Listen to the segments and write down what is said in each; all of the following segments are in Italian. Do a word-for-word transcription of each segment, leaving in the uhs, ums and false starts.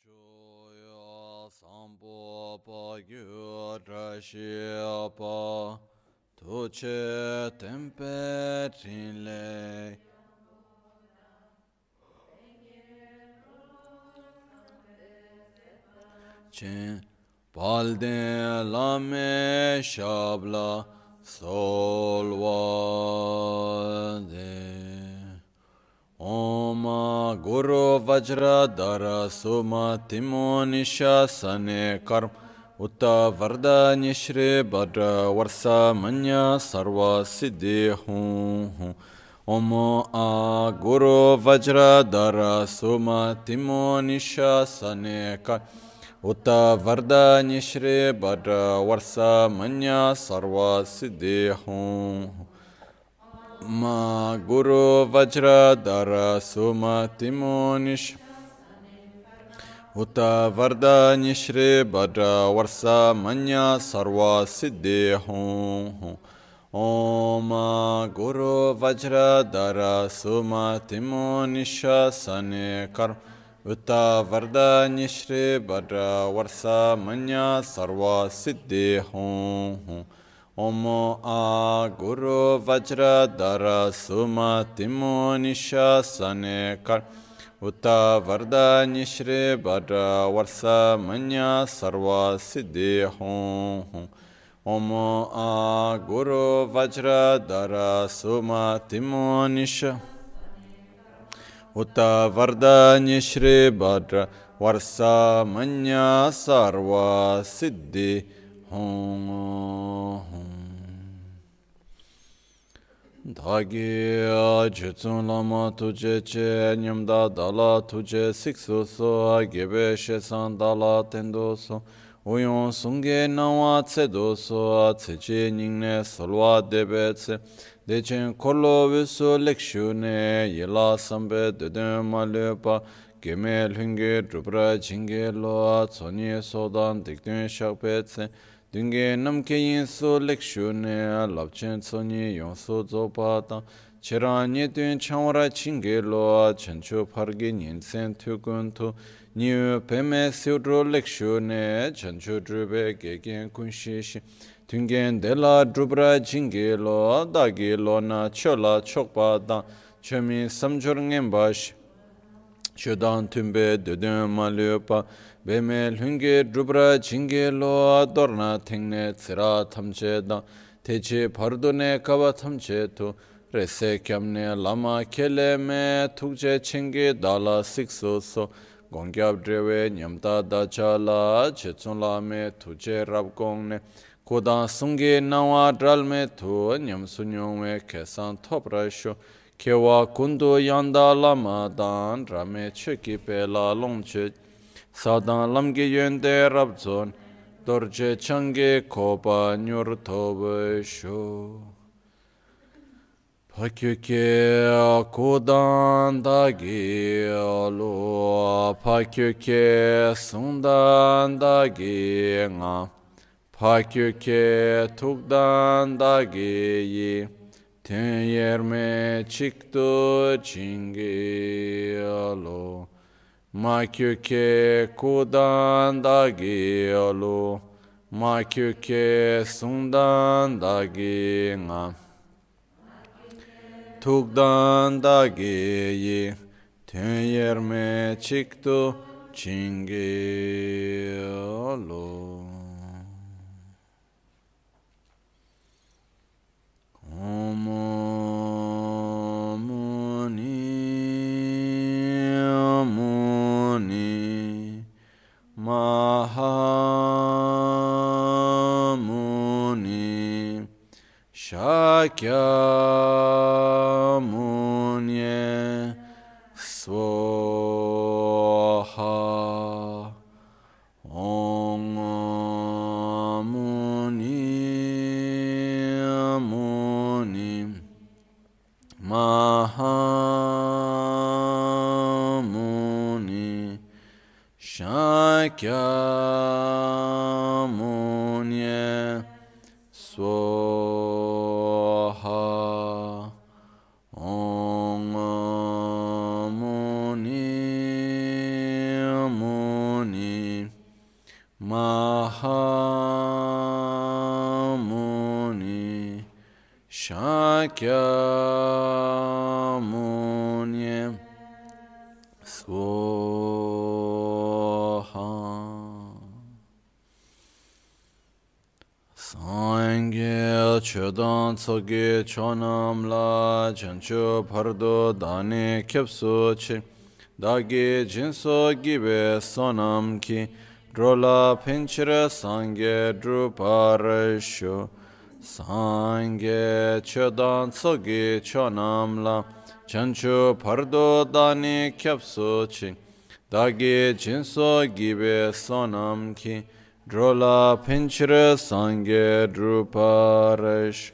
Choya sampo pa gyu trashi pa tuche tempe trinle chen palden lame shabla solwa de Om Guru Vajra Dara Suma Timo Nisha Sane Karm Utta Varda Nishri Badra Varsa Manya Sarva Siddhi Hum Om A Guru Vajra Dara Suma Timo Nisha Sane Karm Utta Varda Nishri Badra Varsa Manya Sarva Siddhi Hum Ma Guru Vajra Dara Suma Timonish Uta Varda Nishri Badra Varsa Manya Sarva Siddhi Hum Om Guru Vajra Dara Suma Timonisha Sane Kar Uta Varda Nishri Badra Varsa Manya Sarva Siddhi Hum Om A Guru Vajra Dara Suma Timo Nisha Sane Kar Uta Varda Nishri Badra Varsa Manya Sarva Siddhi Hum Om A Guru Vajra Dara Suma Timo Nisha Uta Varda Nishri Badra Varsa Manya Sarva Siddhi Hum Dhagi Jitsun Lama Tuje Che Nyamda Dala Tuje Siksu So Gebe Shesan Dala Tendo So Uyon Sunge Nawa Tsedo So Tsechi Nyingne Solwa Debe Tse Dechen Kolo Visu Lekshune Yela Sambe Deden Malepa Geme Lhunge Drupra Jinge Loa Tsonye Sodan Dikdun Shakpe Tse Dunge Namke Yinsu Lekshune Lapchen Tsonye Yonsu Zopata Chera Nyetun Chanwara Chinge Loa Chanchu Pargi Nyinsen Tukuntu Nyu Peme Siudro Lekshune Chanchu Drube Gegen Kunshishi Tungen Dela Drupra Jinge Loa Dagi Lona Chola Chokpata Chemi Samjur Ngembash Shodan Tumbe Dudun Malupa Bemel Hunge Drupra Jinge Loa Dorna Tengne Tsira Tamche Da Teche Pardone Kava Tamche Tu Rese Kyamne Lama Kele Me Tukje Chinge Dala Sikso So Gongyab Drewe Nyamta Dachala Chetsun Lame Tuje Rabgongne Kodan Sunge Nawa Dralme Tu Nyam Sunyongwe Kesan Toprasho Kewa Kundu Yanda Lama Dan Rame Cheki Pela Longche Sadan Lamge Yende Rabzon Dorje Change Kopa Nyur Tobe Sho Pakyuke Kodan Dagi Alo Pakyuke Sundan Dagi Nga Pakyuke Tukdan Dagi Yi Ten Yerme Chikto Chingi Alo Makyuke Kudan Dagi Alo Makyuke Sundan Dagi Nga Tukdan Dagi Yi Ten Yerme Chikto Chingi Alo Om Muni Muni Mahamuni Shakya Munye Swaha Om Muni Muni Mahamuni Shakya Munye Swaha Om Muni Muni Sakyamunye Swaha Sangye Chodan Tsoge Chonam La Chancho Pardo Dane Kyapso Che Dagi Jinso Gibe Sonam Ki Drola Pinchira Sangye Druparasho Sangye Chodan Tsoge Chonam La Chancho Pardo Dane Kyapso Che Dagi Jinso Gibe Sonam Ki Drola Pinchira Sangye Druparash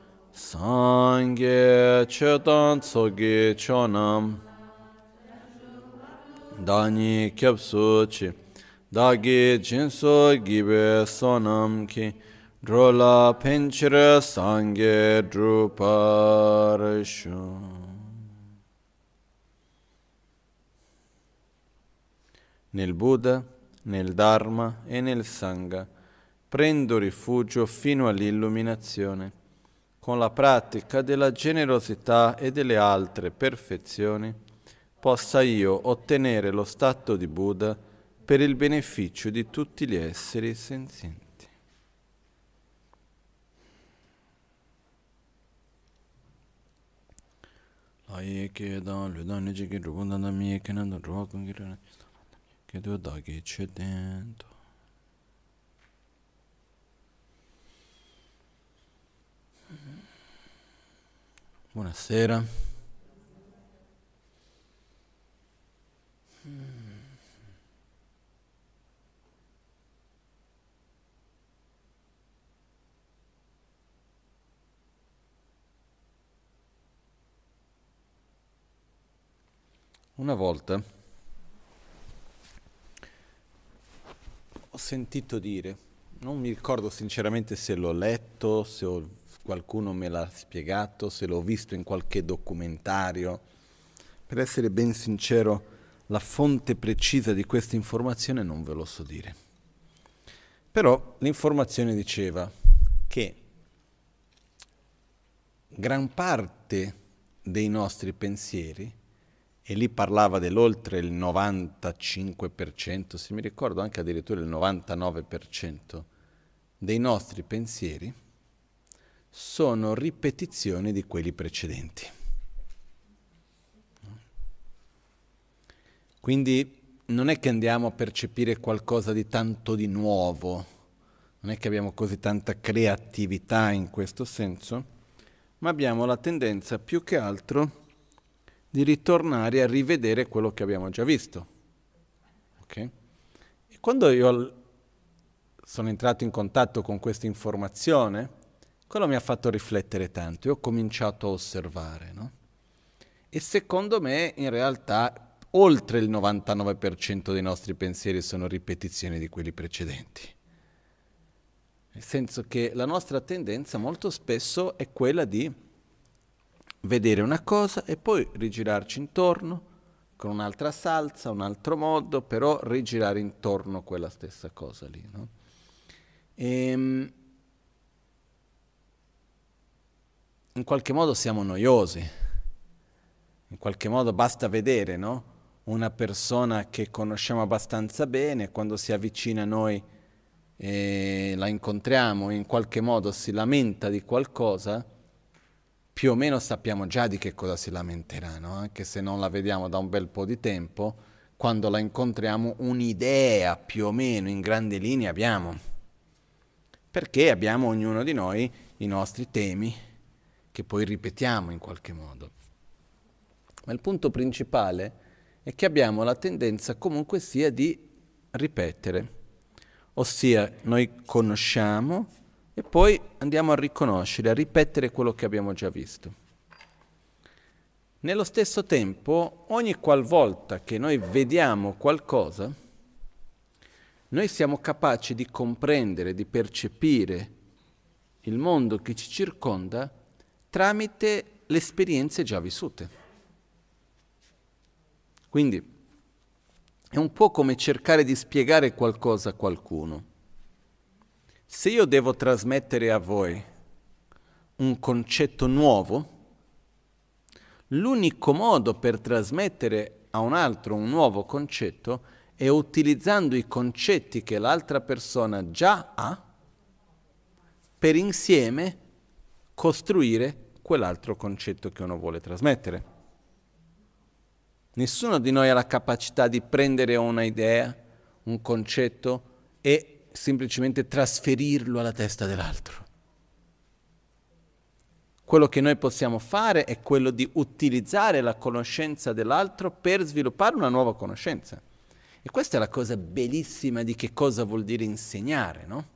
Sangye Chetan Tsoge Chonam Dani Kyapso Chi Dagi Jinso Gibe Sonam Ki Drola Pinchira Sangye Druparash. Nel Buddha, nel Dharma e nel Sangha prendo rifugio fino all'illuminazione. Con la pratica della generosità e delle altre perfezioni possa io ottenere lo stato di Buddha per il beneficio di tutti gli esseri senzienti. Buonasera. Una volta ho sentito dire, non mi ricordo sinceramente se l'ho letto, se ho, qualcuno me l'ha spiegato, se l'ho visto in qualche documentario. Per essere ben sincero, la fonte precisa di questa informazione non ve lo so dire. Però l'informazione diceva che gran parte dei nostri pensieri, e lì parlava dell'oltre il novantacinque per cento, se mi ricordo anche addirittura il novantanove per cento dei nostri pensieri, sono ripetizioni di quelli precedenti. Quindi non è che andiamo a percepire qualcosa di tanto di nuovo, non è che abbiamo così tanta creatività in questo senso, ma abbiamo la tendenza più che altro di ritornare a rivedere quello che abbiamo già visto. Okay? E quando io sono entrato in contatto con questa informazione, quello mi ha fatto riflettere tanto, io ho cominciato a osservare, no? E secondo me, in realtà, oltre il novantanove per cento dei nostri pensieri sono ripetizioni di quelli precedenti. Nel senso che la nostra tendenza molto spesso è quella di vedere una cosa e poi rigirarci intorno con un'altra salsa, un altro modo, però rigirare intorno quella stessa cosa lì, no? E, in qualche modo siamo noiosi, in qualche modo basta vedere, no? Una persona che conosciamo abbastanza bene, quando si avvicina a noi e la incontriamo, in qualche modo si lamenta di qualcosa, più o meno sappiamo già di che cosa si lamenterà, no? Anche se non la vediamo da un bel po' di tempo, quando la incontriamo un'idea più o meno in grandi linee abbiamo. Perché abbiamo ognuno di noi i nostri temi che poi ripetiamo in qualche modo. Ma il punto principale è che abbiamo la tendenza comunque sia di ripetere. Ossia, noi conosciamo e poi andiamo a riconoscere, a ripetere quello che abbiamo già visto. Nello stesso tempo, ogni qualvolta che noi vediamo qualcosa, noi siamo capaci di comprendere, di percepire il mondo che ci circonda tramite le esperienze già vissute. Quindi è un po' come cercare di spiegare qualcosa a qualcuno. Se io devo trasmettere a voi un concetto nuovo, L'unico modo per trasmettere a un altro un nuovo concetto è utilizzando i concetti che l'altra persona già ha per insieme costruire quell'altro concetto che uno vuole trasmettere. Nessuno di noi ha la capacità di prendere una idea, un concetto e semplicemente trasferirlo alla testa dell'altro. Quello che noi possiamo fare è quello di utilizzare la conoscenza dell'altro per sviluppare una nuova conoscenza. E questa è la cosa bellissima di che cosa vuol dire insegnare, no?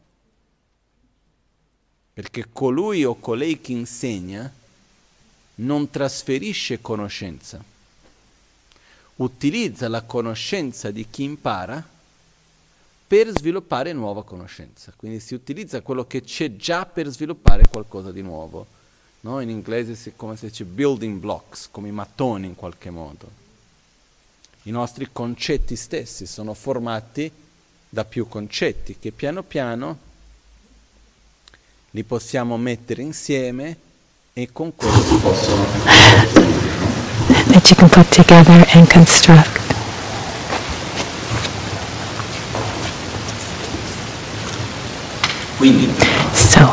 Perché colui o colei che insegna non trasferisce conoscenza, utilizza la conoscenza di chi impara per sviluppare nuova conoscenza. Quindi si utilizza quello che c'è già per sviluppare qualcosa di nuovo. No? In inglese si, come si dice building blocks, come i mattoni in qualche modo. I nostri concetti stessi sono formati da più concetti che piano piano li possiamo mettere insieme e con quello si possono that you can put together and construct. Quindi So,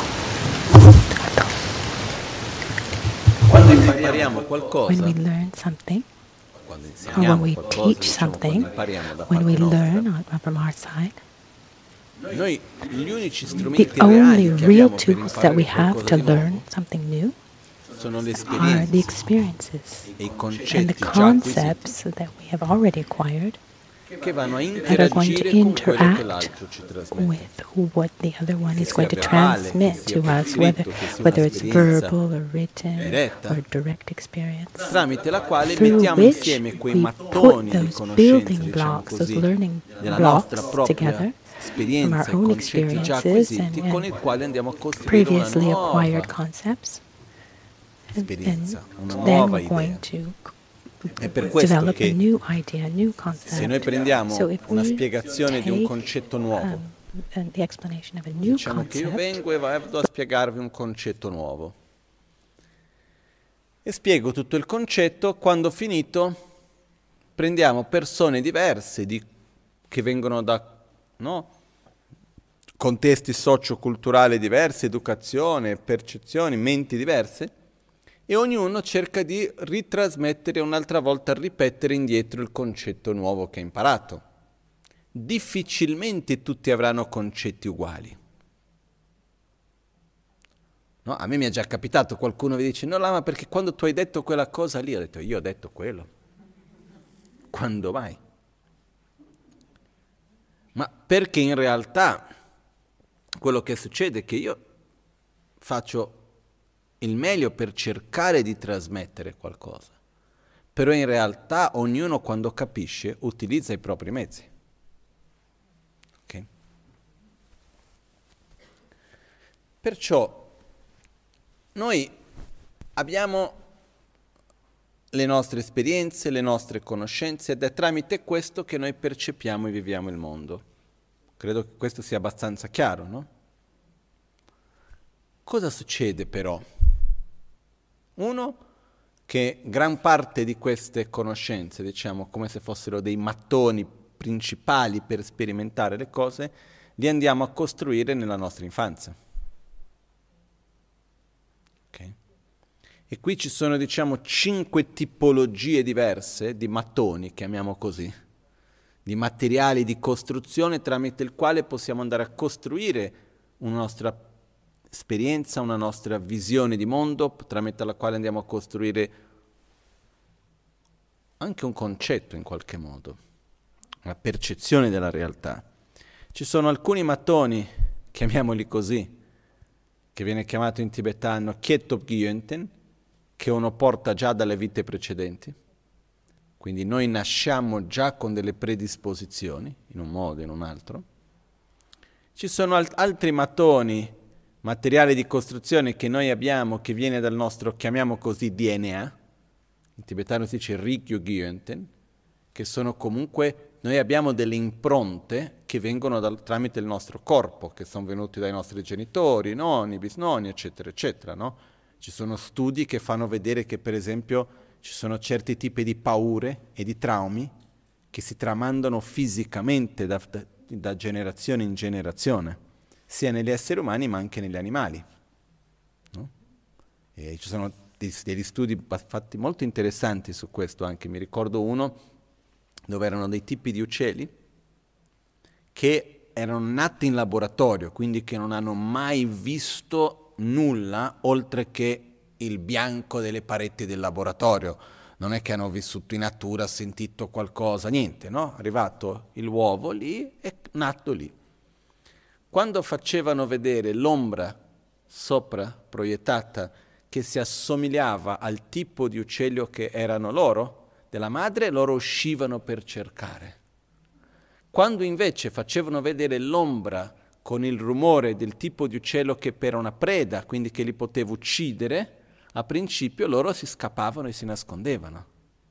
quando impariamo qualcosa, when we learn something, quando or when insegniamo we qualcosa, teach diciamo, quando something, impariamo da when parte we nostra, learn on, from our side, noi gli unici the strumenti only reali che real abbiamo per tools that we imparare have qualcosa to di learn nuovo something new sono le are the esperienze experiences e i and the concetti già acquisiti concepts that we have already acquired che vanno a that are going to interagire con quello che interact l'altro ci trasmette. with what the other one Che is going to sia verbale, transmit che sia to per us, scritto, whether, che sia whether it's un'esperienza verbal or written diretta, or direct experience, tramite la quale through mettiamo which insieme quei we mattoni put di those conoscenza, building diciamo blocks, those così, learning della nostra blocks propria together from esperienza our e own concetti già experiences acquisiti and, con and il quale andiamo a costruire una previously acquired nuova concepts, and, and esperienza, una then nuova we're going idea. to È per questo develop a che new idea, a new se noi concept. prendiamo So if una we spiegazione di un take concetto nuovo, um, and the explanation of a new diciamo che io concept, vengo e vado a spiegarvi un concetto nuovo e spiego tutto il concetto, quando ho finito prendiamo persone diverse di, che vengono da no, contesti socio-culturali diversi, educazione, percezioni, menti diverse, e ognuno cerca di ritrasmettere un'altra volta, ripetere indietro il concetto nuovo che ha imparato. Difficilmente tutti avranno concetti uguali. No? A me mi è già capitato, qualcuno vi dice, no Lama, perché quando tu hai detto quella cosa lì, ho detto, io ho detto quello. Quando mai? Ma perché in realtà quello che succede è che io faccio il meglio per cercare di trasmettere qualcosa, però in realtà ognuno quando capisce utilizza i propri mezzi. Okay? Perciò noi abbiamo le nostre esperienze, le nostre conoscenze ed è tramite questo che noi percepiamo e viviamo il mondo. Credo che questo sia abbastanza chiaro, no? Cosa succede però? Uno, che gran parte di queste conoscenze, diciamo come se fossero dei mattoni principali per sperimentare le cose, li andiamo a costruire nella nostra infanzia. Okay? E qui ci sono, diciamo, cinque tipologie diverse di mattoni, chiamiamo così, di materiali di costruzione tramite il quale possiamo andare a costruire una nostra esperienza, una nostra visione di mondo, tramite la quale andiamo a costruire anche un concetto in qualche modo, una percezione della realtà. Ci sono alcuni mattoni, chiamiamoli così, che viene chiamato in tibetano Khetop-gyönten, che uno porta già dalle vite precedenti. Quindi noi nasciamo già con delle predisposizioni, in un modo o in un altro. Ci sono alt- altri mattoni, materiali di costruzione che noi abbiamo, che viene dal nostro, chiamiamo così, D N A, in tibetano si dice Rikyo-gyönten, che sono comunque, noi abbiamo delle impronte che vengono dal, tramite il nostro corpo, che sono venuti dai nostri genitori, nonni, bisnonni, eccetera, eccetera, no? Ci sono studi che fanno vedere che, per esempio, ci sono certi tipi di paure e di traumi che si tramandano fisicamente da, da, da generazione in generazione, sia negli esseri umani ma anche negli animali. No? E ci sono dei, degli studi fatti molto interessanti su questo anche. Mi ricordo uno dove erano dei tipi di uccelli che erano nati in laboratorio, quindi che non hanno mai visto nulla oltre che il bianco delle pareti del laboratorio. Non è che hanno vissuto in natura, sentito qualcosa, niente, no? È arrivato l'uovo lì, è nato lì. Quando facevano vedere l'ombra sopra proiettata che si assomigliava al tipo di uccello che erano loro, della madre, loro uscivano per cercare. Quando invece facevano vedere l'ombra con il rumore del tipo di uccello che per una preda, quindi che li poteva uccidere, a principio loro si scappavano e si nascondevano,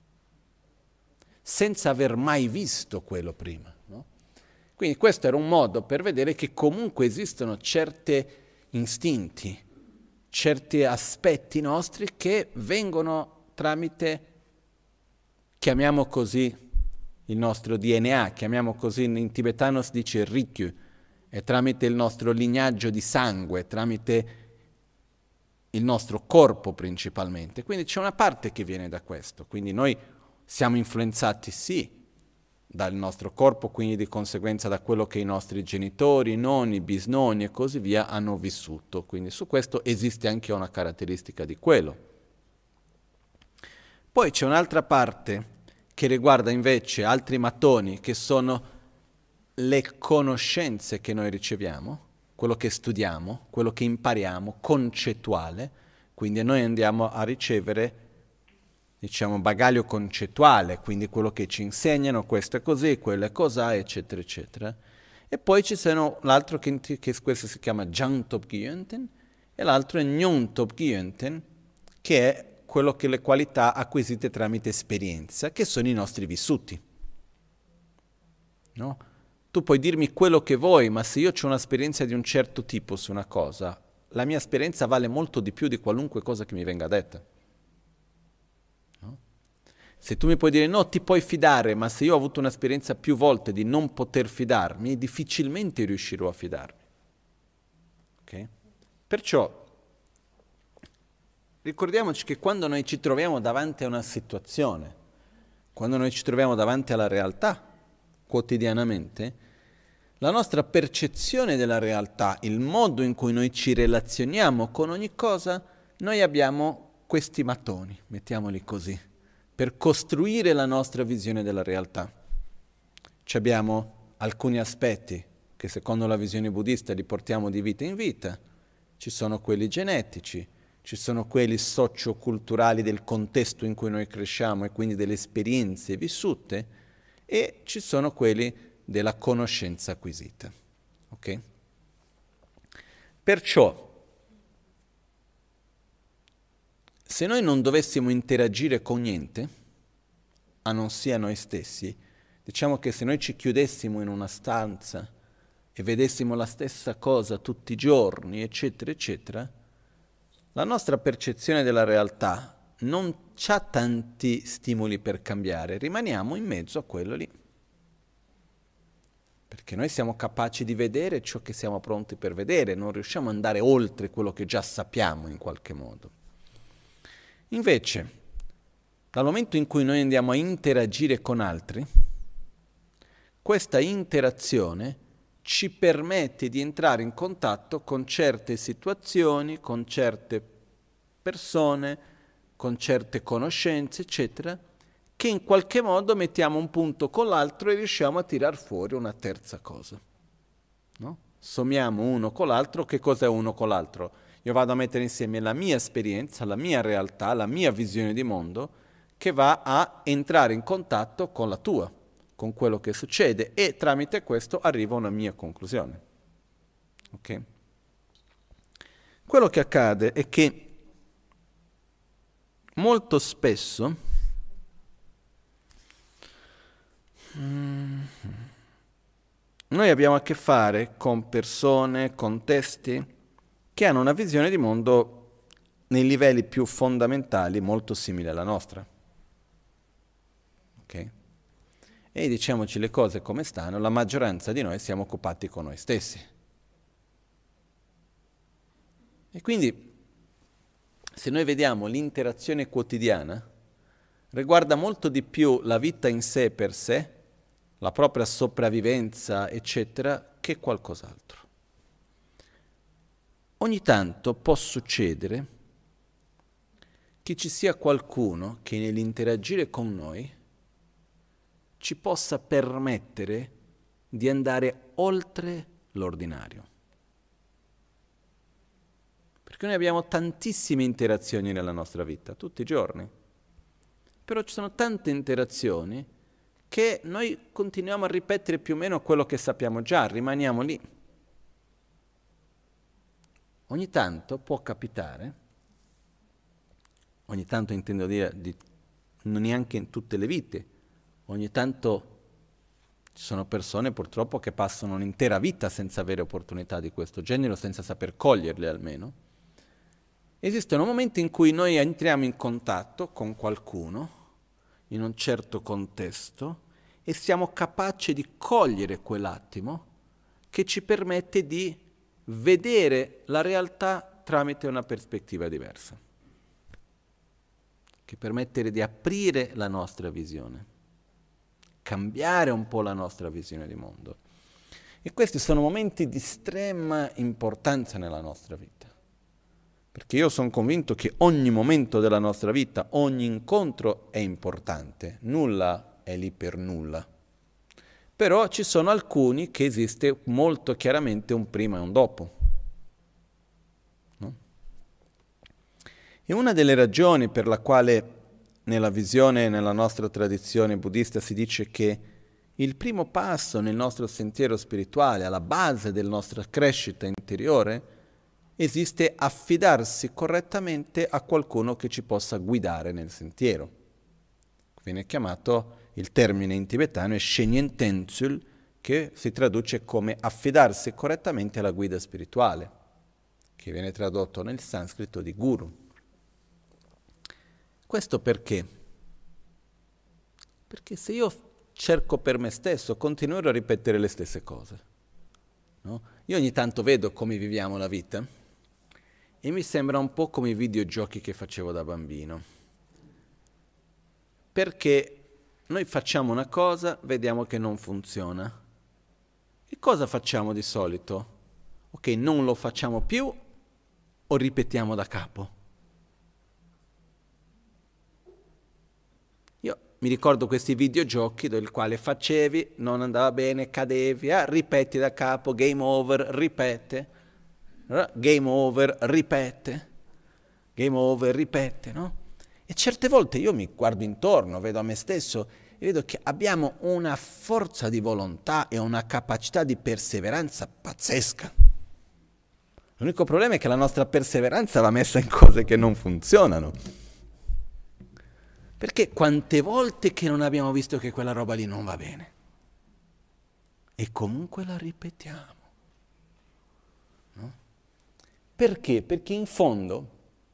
senza aver mai visto quello prima. No? Quindi questo era un modo per vedere che comunque esistono certi istinti, certi aspetti nostri che vengono tramite, chiamiamo così, il nostro D N A, chiamiamo così, in tibetano si dice rikyu, è tramite il nostro lignaggio di sangue, tramite il nostro corpo principalmente. Quindi c'è una parte che viene da questo, quindi noi siamo influenzati sì dal nostro corpo, quindi di conseguenza da quello che i nostri genitori, nonni, bisnonni e così via hanno vissuto, quindi su questo esiste anche una caratteristica di quello. Poi c'è un'altra parte che riguarda invece altri mattoni, che sono le conoscenze che noi riceviamo, quello che studiamo, quello che impariamo, concettuale, quindi noi andiamo a ricevere, diciamo, bagaglio concettuale, quindi quello che ci insegnano, questo è così, quello è cos'ha, eccetera, eccetera. E poi ci sono l'altro che, che questo si chiama Jangtop-Gyönten e l'altro è Nyöntop-Gyönten, che è quello che le qualità acquisite tramite esperienza, che sono i nostri vissuti. No? Tu puoi dirmi quello che vuoi, ma se io ho un'esperienza di un certo tipo su una cosa, la mia esperienza vale molto di più di qualunque cosa che mi venga detta. No? Se tu mi puoi dire no, ti puoi fidare, ma se io ho avuto un'esperienza più volte di non poter fidarmi, difficilmente riuscirò a fidarmi. Okay? Perciò ricordiamoci che quando noi ci troviamo davanti a una situazione, quando noi ci troviamo davanti alla realtà quotidianamente, la nostra percezione della realtà, il modo in cui noi ci relazioniamo con ogni cosa, noi abbiamo questi mattoni, mettiamoli così, per costruire la nostra visione della realtà. Ci abbiamo alcuni aspetti che secondo la visione buddista li portiamo di vita in vita, ci sono quelli genetici, ci sono quelli socio-culturali del contesto in cui noi cresciamo e quindi delle esperienze vissute, e ci sono quelli della conoscenza acquisita. Ok? Perciò, se noi non dovessimo interagire con niente, a non sia noi stessi, diciamo che se noi ci chiudessimo in una stanza e vedessimo la stessa cosa tutti i giorni, eccetera, eccetera, la nostra percezione della realtà non c'ha tanti stimoli per cambiare, rimaniamo in mezzo a quello lì. Perché noi siamo capaci di vedere ciò che siamo pronti per vedere, non riusciamo ad andare oltre quello che già sappiamo in qualche modo. Invece, dal momento in cui noi andiamo a interagire con altri, questa interazione ci permette di entrare in contatto con certe situazioni, con certe persone, con certe conoscenze, eccetera, che in qualche modo mettiamo un punto con l'altro e riusciamo a tirar fuori una terza cosa. No? Sommiamo uno con l'altro, che cos'è uno con l'altro? Io vado a mettere insieme la mia esperienza, la mia realtà, la mia visione di mondo, che va a entrare in contatto con la tua, con quello che succede, e tramite questo arriva a una mia conclusione. Ok? Quello che accade è che molto spesso mm, noi abbiamo a che fare con persone, contesti che hanno una visione di mondo nei livelli più fondamentali molto simile alla nostra. ok? E diciamoci le cose come stanno, la maggioranza di noi siamo occupati con noi stessi. E quindi, se noi vediamo l'interazione quotidiana, riguarda molto di più la vita in sé per sé, la propria sopravvivenza, eccetera, che qualcos'altro. Ogni tanto può succedere che ci sia qualcuno che nell'interagire con noi ci possa permettere di andare oltre l'ordinario. Perché noi abbiamo tantissime interazioni nella nostra vita, tutti i giorni. Però ci sono tante interazioni che noi continuiamo a ripetere più o meno quello che sappiamo già, rimaniamo lì. Ogni tanto può capitare, ogni tanto intendo dire di, non neanche in tutte le vite, ogni tanto ci sono persone purtroppo che passano un'intera vita senza avere opportunità di questo genere o senza saper coglierle almeno. Esistono momenti in cui noi entriamo in contatto con qualcuno in un certo contesto e siamo capaci di cogliere quell'attimo che ci permette di vedere la realtà tramite una prospettiva diversa, che permette di aprire la nostra visione, cambiare un po' la nostra visione di mondo. E questi sono momenti di estrema importanza nella nostra vita, perché io sono convinto che ogni momento della nostra vita, ogni incontro è importante, nulla è lì per nulla. Però ci sono alcuni che esiste molto chiaramente un prima e un dopo. No? E una delle ragioni per la quale nella visione, nella nostra tradizione buddista si dice che il primo passo nel nostro sentiero spirituale, alla base della nostra crescita interiore, esiste affidarsi correttamente a qualcuno che ci possa guidare nel sentiero. Viene chiamato, il termine in tibetano è Shenyen Tenzul, che si traduce come affidarsi correttamente alla guida spirituale, che viene tradotto nel sanscrito di guru. Questo perché? Perché se io cerco per me stesso, continuerò a ripetere le stesse cose. No? Io ogni tanto vedo come viviamo la vita e mi sembra un po' come i videogiochi che facevo da bambino. Perché noi facciamo una cosa, vediamo che non funziona. E cosa facciamo di solito? Ok, non lo facciamo più o ripetiamo da capo? Io mi ricordo questi videogiochi del quale facevi, non andava bene, cadevi, ah, ripeti da capo, game over, ripete, game over, ripete, game over, ripete, no? E certe volte io mi guardo intorno, vedo a me stesso e vedo che abbiamo una forza di volontà e una capacità di perseveranza pazzesca. L'unico problema è che la nostra perseveranza va messa in cose che non funzionano. Perché quante volte che non abbiamo visto che quella roba lì non va bene? E comunque la ripetiamo. No? Perché? Perché in fondo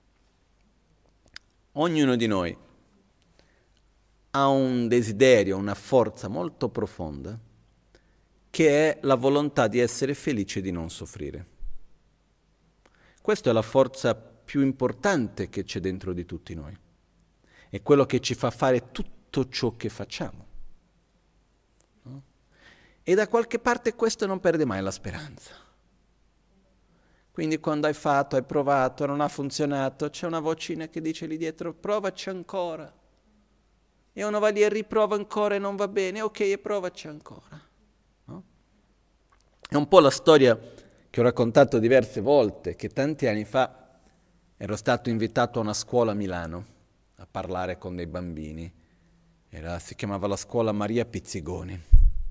ognuno di noi ha un desiderio, una forza molto profonda, che è la volontà di essere felice e di non soffrire. Questa è la forza più importante che c'è dentro di tutti noi. È quello che ci fa fare tutto ciò che facciamo. No? E da qualche parte questo non perde mai la speranza. Quindi quando hai fatto, hai provato, non ha funzionato, c'è una vocina che dice lì dietro, provaci ancora. E uno va lì e riprova ancora e non va bene, ok, e provaci ancora. No? È un po' la storia che ho raccontato diverse volte, che tanti anni fa ero stato invitato a una scuola a Milano a parlare con dei bambini. Era, si chiamava la scuola Maria Pizzigoni.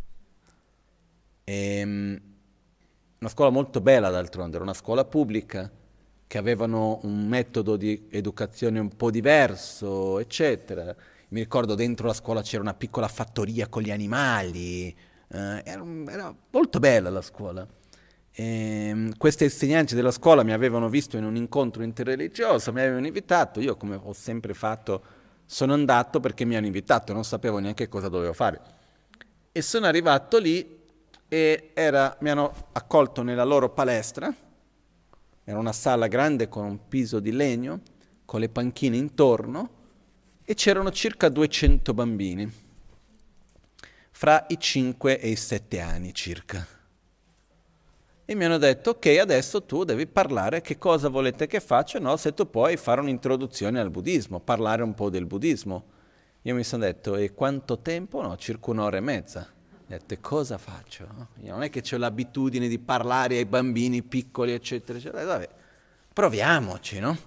E, una scuola molto bella d'altronde, era una scuola pubblica, che avevano un metodo di educazione un po' diverso, eccetera. Mi ricordo dentro la scuola c'era una piccola fattoria con gli animali, eh, era, era molto bella la scuola. E, questi insegnanti della scuola mi avevano visto in un incontro interreligioso, mi avevano invitato, io come ho sempre fatto Sono andato perché mi hanno invitato, non sapevo neanche cosa dovevo fare. E sono arrivato lì e era, mi hanno accolto nella loro palestra, era una sala grande con un piso di legno, con le panchine intorno, e c'erano circa duecento bambini, fra i cinque e i sette anni circa. E mi hanno detto, ok, adesso tu devi parlare che cosa volete che faccia, no? Se tu puoi fare un'introduzione al buddismo, parlare un po' del buddismo. Io mi sono detto, e quanto tempo? No, circa un'ora e mezza. Ho detto, e cosa faccio? No? Io non è che ho l'abitudine di parlare ai bambini piccoli, eccetera, eccetera. Vabbè, proviamoci, no?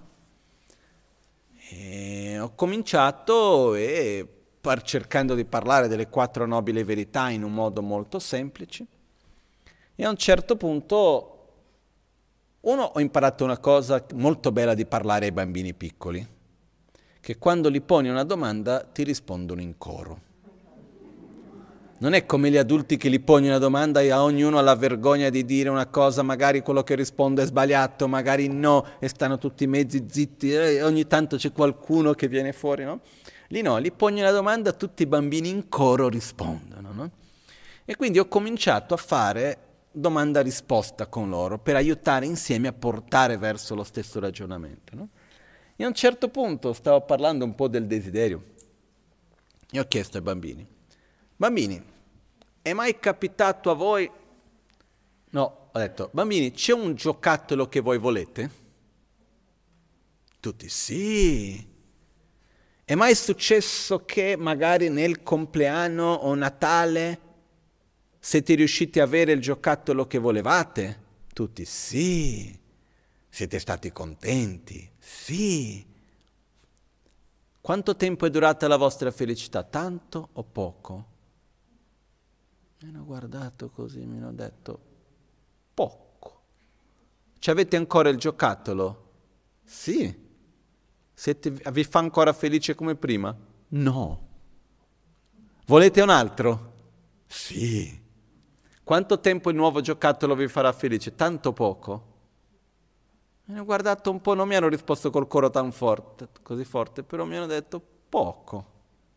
E ho cominciato e par- cercando di parlare delle quattro nobili verità in un modo molto semplice. E a un certo punto, uno, ho imparato una cosa molto bella di parlare ai bambini piccoli, che quando gli poni una domanda ti rispondono in coro. Non è come gli adulti che gli poni una domanda e a ognuno ha la vergogna di dire una cosa, magari quello che risponde è sbagliato, magari no, e stanno tutti mezzi zitti, e ogni tanto c'è qualcuno che viene fuori, no? Lì no, gli poni una domanda, tutti i bambini in coro rispondono, no? E quindi ho cominciato a fare domanda-risposta con loro per aiutare insieme a portare verso lo stesso ragionamento, no? E a un certo punto stavo parlando un po' del desiderio e ho chiesto ai bambini, bambini, è mai capitato a voi? No, ho detto, bambini, c'è un giocattolo che voi volete? Tutti, sì. È mai successo che magari nel compleanno o Natale siete riusciti a avere il giocattolo che volevate? Tutti, sì. Siete stati contenti? Sì. Quanto tempo è durata la vostra felicità? Tanto o poco? Mi hanno guardato così, mi hanno detto, poco. Ci avete ancora il giocattolo? Sì. Siete, vi fa ancora felice come prima? No. Volete un altro? Sì. Quanto tempo il nuovo giocattolo vi farà felice? Tanto poco? Mi hanno guardato un po', non mi hanno risposto col coro tan forte, così forte, però mi hanno detto poco.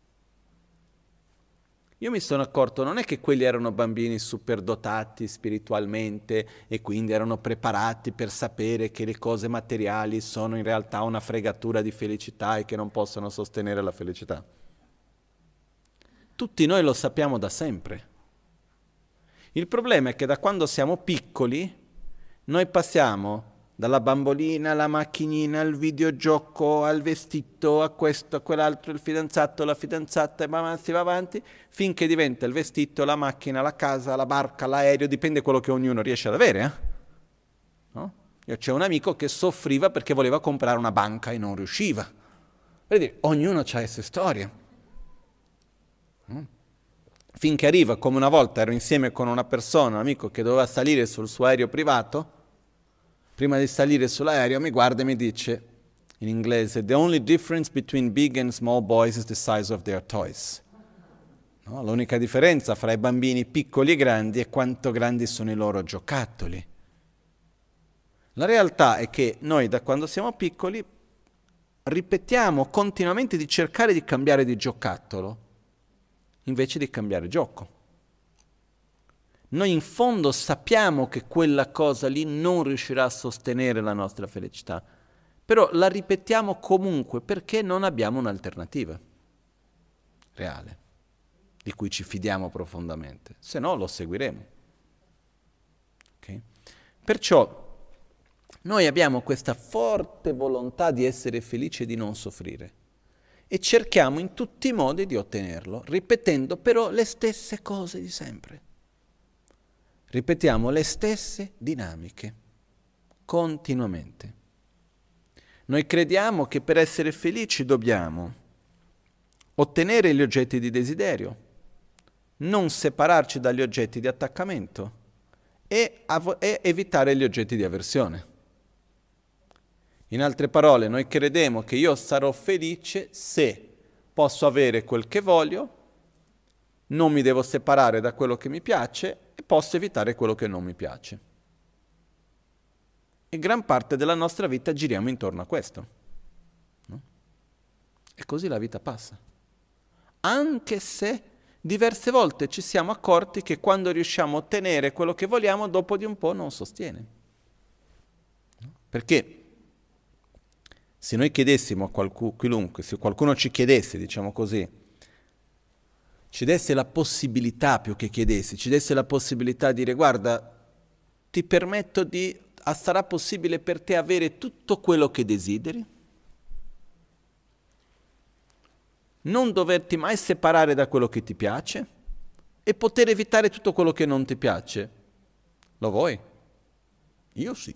Io mi sono accorto, non è che quelli erano bambini superdotati spiritualmente e quindi erano preparati per sapere che le cose materiali sono in realtà una fregatura di felicità e che non possono sostenere la felicità. Tutti noi lo sappiamo da sempre. Il problema è che da quando siamo piccoli noi passiamo dalla bambolina alla macchinina, al videogioco, al vestito, a questo, a quell'altro, il fidanzato, la fidanzata, e man si va avanti, finché diventa il vestito, la macchina, la casa, la barca, l'aereo, dipende da quello che ognuno riesce ad avere. Eh? No? Io c'è un amico che soffriva perché voleva comprare una banca e non riusciva. Per dire, ognuno ha le sue storie. Mm? Finché arriva, come una volta ero insieme con una persona, un amico che doveva salire sul suo aereo privato, prima di salire sull'aereo mi guarda e mi dice, in inglese, the only difference between big and small boys is the size of their toys. No? L'unica differenza fra i bambini piccoli e grandi è quanto grandi sono i loro giocattoli. La realtà è che noi da quando siamo piccoli ripetiamo continuamente di cercare di cambiare di giocattolo invece di cambiare gioco. Noi in fondo sappiamo che quella cosa lì non riuscirà a sostenere la nostra felicità, però la ripetiamo comunque perché non abbiamo un'alternativa reale, di cui ci fidiamo profondamente, se no lo seguiremo. Okay? Perciò noi abbiamo questa forte volontà di essere felici e di non soffrire e cerchiamo in tutti i modi di ottenerlo, ripetendo però le stesse cose di sempre. Ripetiamo le stesse dinamiche, continuamente. Noi crediamo che per essere felici dobbiamo ottenere gli oggetti di desiderio, non separarci dagli oggetti di attaccamento e, av- e evitare gli oggetti di avversione. In altre parole, noi crediamo che io sarò felice se posso avere quel che voglio, non mi devo separare da quello che mi piace e posso evitare quello che non mi piace. E gran parte della nostra vita giriamo intorno a questo. No? E così la vita passa. Anche se diverse volte ci siamo accorti che quando riusciamo a ottenere quello che vogliamo, dopo di un po' non sostiene. Perché se noi chiedessimo a qualcuno, chiunque, se qualcuno ci chiedesse, diciamo così, ci desse la possibilità, più che chiedesse, ci desse la possibilità di dire: guarda, ti permetto di, sarà possibile per te avere tutto quello che desideri, non doverti mai separare da quello che ti piace e poter evitare tutto quello che non ti piace. Lo vuoi? Io sì.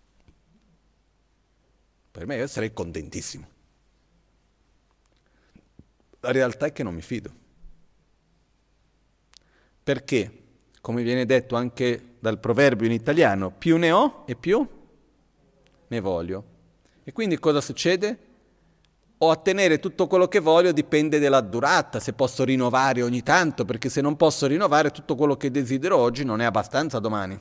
Per me io sarei contentissimo. La realtà è che non mi fido. Perché, come viene detto anche dal proverbio in italiano, più ne ho e più ne voglio. E quindi cosa succede? O ottenere tutto quello che voglio dipende dalla durata, se posso rinnovare ogni tanto, perché se non posso rinnovare tutto quello che desidero oggi non è abbastanza domani.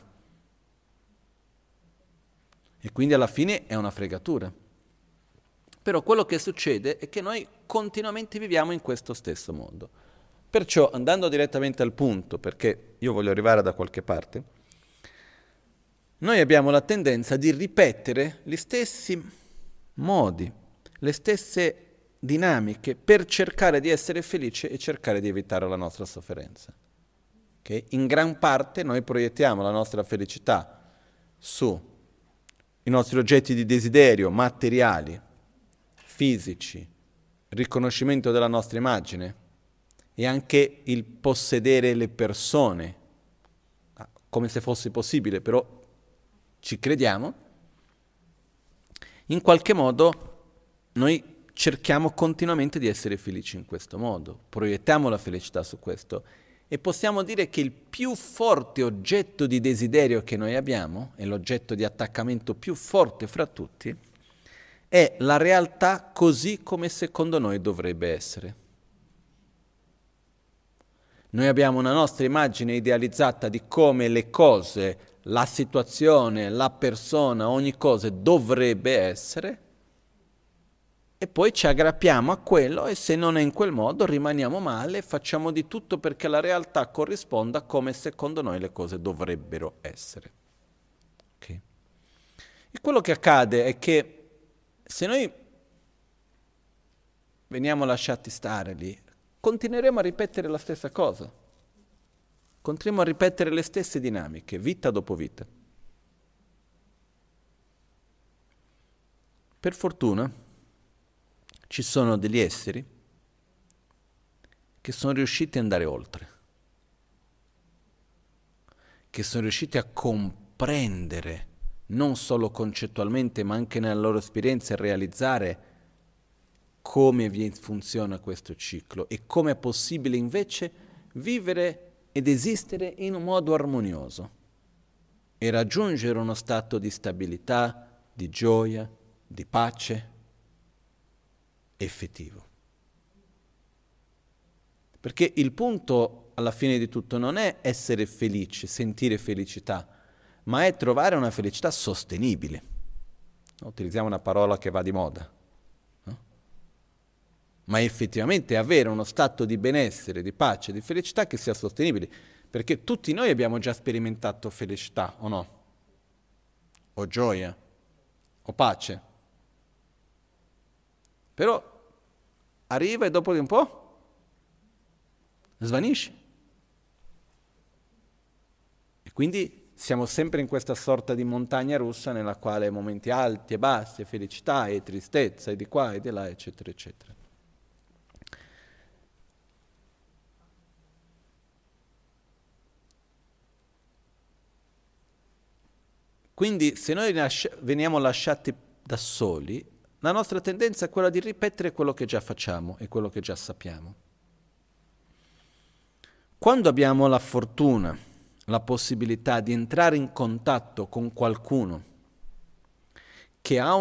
E quindi alla fine è una fregatura. Però quello che succede è che noi continuamente viviamo in questo stesso mondo. Perciò, andando direttamente al punto, perché io voglio arrivare da qualche parte, noi abbiamo la tendenza di ripetere gli stessi modi, le stesse dinamiche per cercare di essere felici e cercare di evitare la nostra sofferenza. Okay? In gran parte noi proiettiamo la nostra felicità sui nostri oggetti di desiderio materiali, fisici, riconoscimento della nostra immagine e anche il possedere le persone, come se fosse possibile, però ci crediamo. In qualche modo noi cerchiamo continuamente di essere felici in questo modo, proiettiamo la felicità su questo e possiamo dire che il più forte oggetto di desiderio che noi abbiamo, e l'oggetto di attaccamento più forte fra tutti, è la realtà così come secondo noi dovrebbe essere. Noi abbiamo una nostra immagine idealizzata di come le cose, la situazione, la persona, ogni cosa dovrebbe essere, e poi ci aggrappiamo a quello e se non è in quel modo rimaniamo male e facciamo di tutto perché la realtà corrisponda come secondo noi le cose dovrebbero essere. Okay. E quello che accade è che se noi veniamo lasciati stare lì, continueremo a ripetere la stessa cosa, continueremo a ripetere le stesse dinamiche, vita dopo vita. Per fortuna ci sono degli esseri che sono riusciti ad andare oltre, che sono riusciti a comprendere, non solo concettualmente, ma anche nella loro esperienza, e realizzare come funziona questo ciclo e come è possibile invece vivere ed esistere in un modo armonioso e raggiungere uno stato di stabilità, di gioia, di pace effettivo. Perché il punto alla fine di tutto non è essere felici, sentire felicità, ma è trovare una felicità sostenibile. Utilizziamo una parola che va di moda, no? Ma effettivamente avere uno stato di benessere, di pace, di felicità che sia sostenibile, perché tutti noi abbiamo già sperimentato felicità, o no? O gioia, o pace. Però arriva e dopo di un po' svanisce. E quindi siamo sempre in questa sorta di montagna russa nella quale momenti alti e bassi, e felicità e tristezza, e di qua e di là, eccetera, eccetera. Quindi se noi lasci- veniamo lasciati da soli, la nostra tendenza è quella di ripetere quello che già facciamo e quello che già sappiamo. Quando abbiamo la fortuna, la possibilità di entrare in contatto con qualcuno che ha